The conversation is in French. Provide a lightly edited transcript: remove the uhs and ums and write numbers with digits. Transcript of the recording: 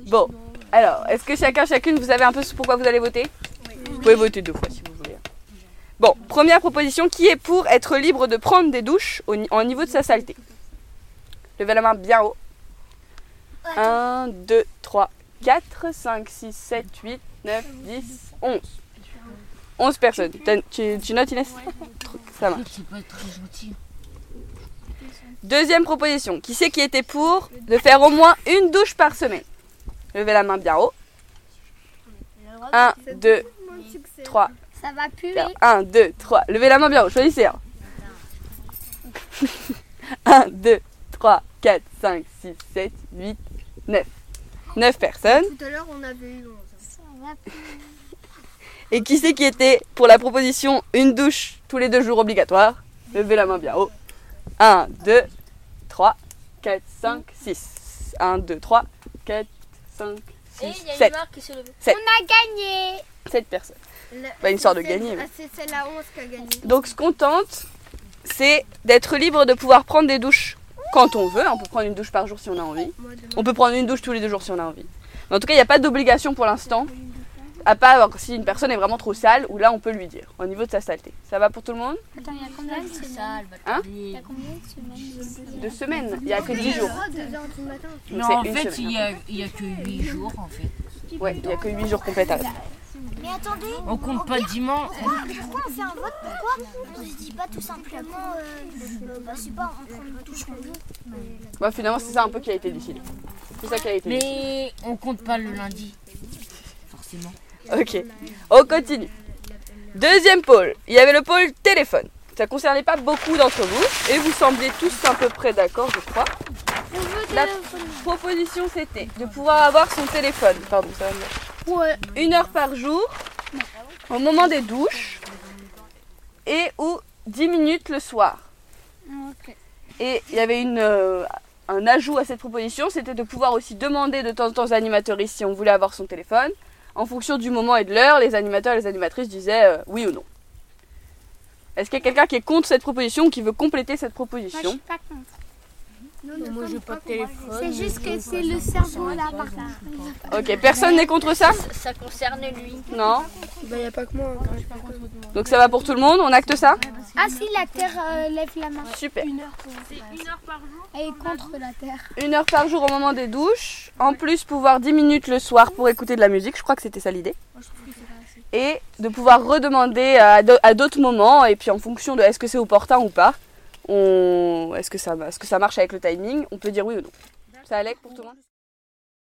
Bon, alors, est-ce que chacune, vous savez un peu pourquoi vous allez voter? Vous pouvez voter 2 fois si vous voulez. Bon, première proposition, qui est pour être libre de prendre des douches au niveau de sa saleté? Levez la main bien haut. 1, 2, 3, 4, 5, 6, 7, 8, 9, 10, 11. 11 personnes. Tu notes, Inès? Ça marche. C'est pas très gentil. Deuxième proposition, qui c'est qui était pour de faire au moins une douche par semaine? Levez la main bien haut. 1, 2, 3, Ça va puer. 1, 2, 3. Levez la main bien haut, choisissez un. 1, 2, 3, 4, 5, 6, 7, 8, 9. 9 personnes. Tout à l'heure, on avait eu 11. Ça va puer. Et qui c'est qui était pour la proposition une douche tous les 2 jours obligatoire? Levez la main bien haut. 1, 2, 3, 4, 5, 6. 1, 2, 3, 4, 5, 6, 7. 7. On a gagné. 7 personnes. Pas une sorte de gagner. Mais... C'est la 11 qui a gagné. Donc ce qu'on tente, c'est d'être libre de pouvoir prendre des douches quand on veut. On peut prendre une douche par jour si on a envie. On peut prendre une douche tous les 2 jours si on a envie. Mais en tout cas, il n'y a pas d'obligation pour l'instant. À part si une personne est vraiment trop sale, ou là on peut lui dire, au niveau de sa saleté. Ça va pour tout le monde? Attends, il y a combien de semaines? Hein? Il y a combien de semaines? 2 semaines, il n'y a que 10 jours. Donc Non, c'est en une fait, semaine. il y a que 8 jours, en fait. Ouais, il n'y a que 8 jours complets à rester. Mais attendez, On compte pas le dimanche. pourquoi on fait un vote? Pourquoi on ne se dit pas tout simplement, c'est pas, on prend une touche qu'on veut? Bah, finalement, c'est ça un peu qui a été décidé. C'est ça qui a été décidé. Mais on compte pas le lundi. Forcément. Ok, on continue. Deuxième pôle, il y avait le pôle téléphone. Ça ne concernait pas beaucoup d'entre vous et vous sembliez tous à peu près d'accord, je crois. La proposition c'était de pouvoir avoir son téléphone, pardon, ça va mieux. Ouais. 1 heure par jour, au moment des douches, et ou 10 minutes le soir. Ok. Et il y avait un ajout à cette proposition, c'était de pouvoir aussi demander de temps en temps aux animateurs si on voulait avoir son téléphone. En fonction du moment et de l'heure, les animateurs et les animatrices disaient oui ou non. Est-ce qu'il y a quelqu'un qui est contre cette proposition ou qui veut compléter cette Moi, je proposition? suis pas contre. Moi, j'ai pas de téléphone. C'est juste que c'est le cerveau là par là. Ok, personne n'est contre ça? Ça concerne lui. Non? Bah y a pas que moi. Donc ça va pour tout le monde, on acte ça? Ah si, la Terre lève la main. Super. C'est 1 heure par jour. Elle est contre la Terre. 1 heure par jour au moment des douches. En plus, pouvoir 10 minutes le soir pour écouter de la musique. Je crois que c'était ça l'idée. Et de pouvoir redemander à d'autres moments. Et puis en fonction de est-ce que c'est opportun ou pas. Est-ce que ça marche avec le timing? On peut dire oui ou non. Ça allait pour tout le monde?